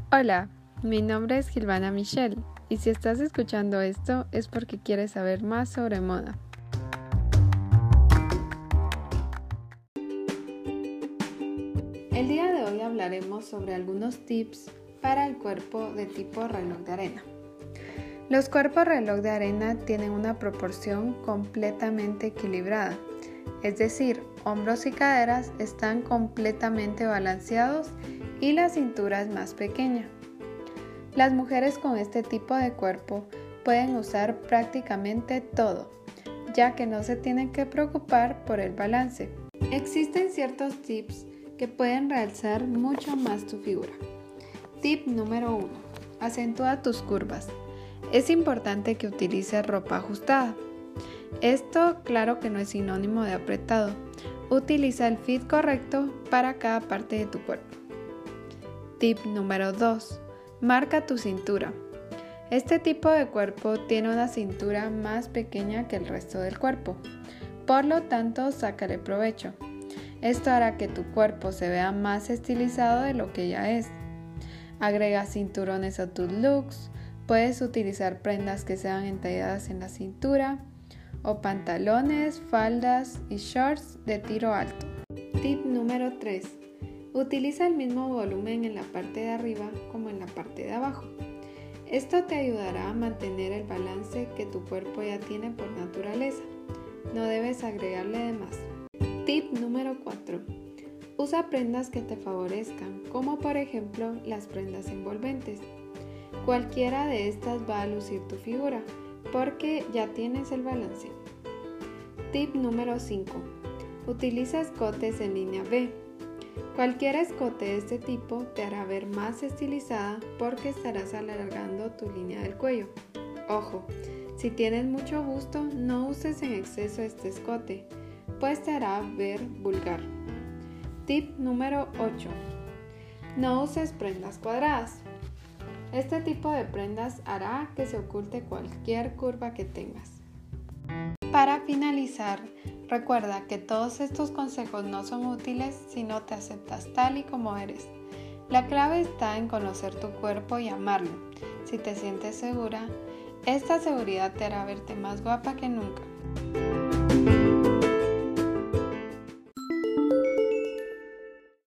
Hola, mi nombre es Gilvana Michelle y si estás escuchando esto es porque quieres saber más sobre moda. El día de hoy hablaremos sobre algunos tips para el cuerpo de tipo reloj de arena. Los cuerpos reloj de arena tienen una proporción completamente equilibrada, es decir, hombros y caderas están completamente balanceados y la cintura es más pequeña. Las mujeres con este tipo de cuerpo pueden usar prácticamente todo, ya que no se tienen que preocupar por el balance. Existen ciertos tips que pueden realzar mucho más tu figura. Tip número 1. Acentúa tus curvas. Es importante que utilices ropa ajustada. Esto claro que no es sinónimo de apretado. Utiliza el fit correcto para cada parte de tu cuerpo. Tip número 2. Marca tu cintura. Este tipo de cuerpo tiene una cintura más pequeña que el resto del cuerpo. Por lo tanto, sácale provecho. Esto hará que tu cuerpo se vea más estilizado de lo que ya es. Agrega cinturones a tus looks. Puedes utilizar prendas que sean entalladas en la cintura o pantalones, faldas y shorts de tiro alto. Tip número 3. Utiliza el mismo volumen en la parte de arriba como en la parte de abajo. Esto te ayudará a mantener el balance que tu cuerpo ya tiene por naturaleza. No debes agregarle de más. Tip número 4. Usa prendas que te favorezcan, como por ejemplo las prendas envolventes. Cualquiera de estas va a lucir tu figura, porque ya tienes el balance. Tip número 5. Utiliza escotes en línea V. Cualquier escote de este tipo te hará ver más estilizada porque estarás alargando tu línea del cuello. Ojo, si tienes mucho busto, no uses en exceso este escote, pues te hará ver vulgar. Tip número 8. No uses prendas cuadradas. Este tipo de prendas hará que se oculte cualquier curva que tengas. Para finalizar, recuerda que todos estos consejos no son útiles si no te aceptas tal y como eres. La clave está en conocer tu cuerpo y amarlo. Si te sientes segura, esta seguridad te hará verte más guapa que nunca.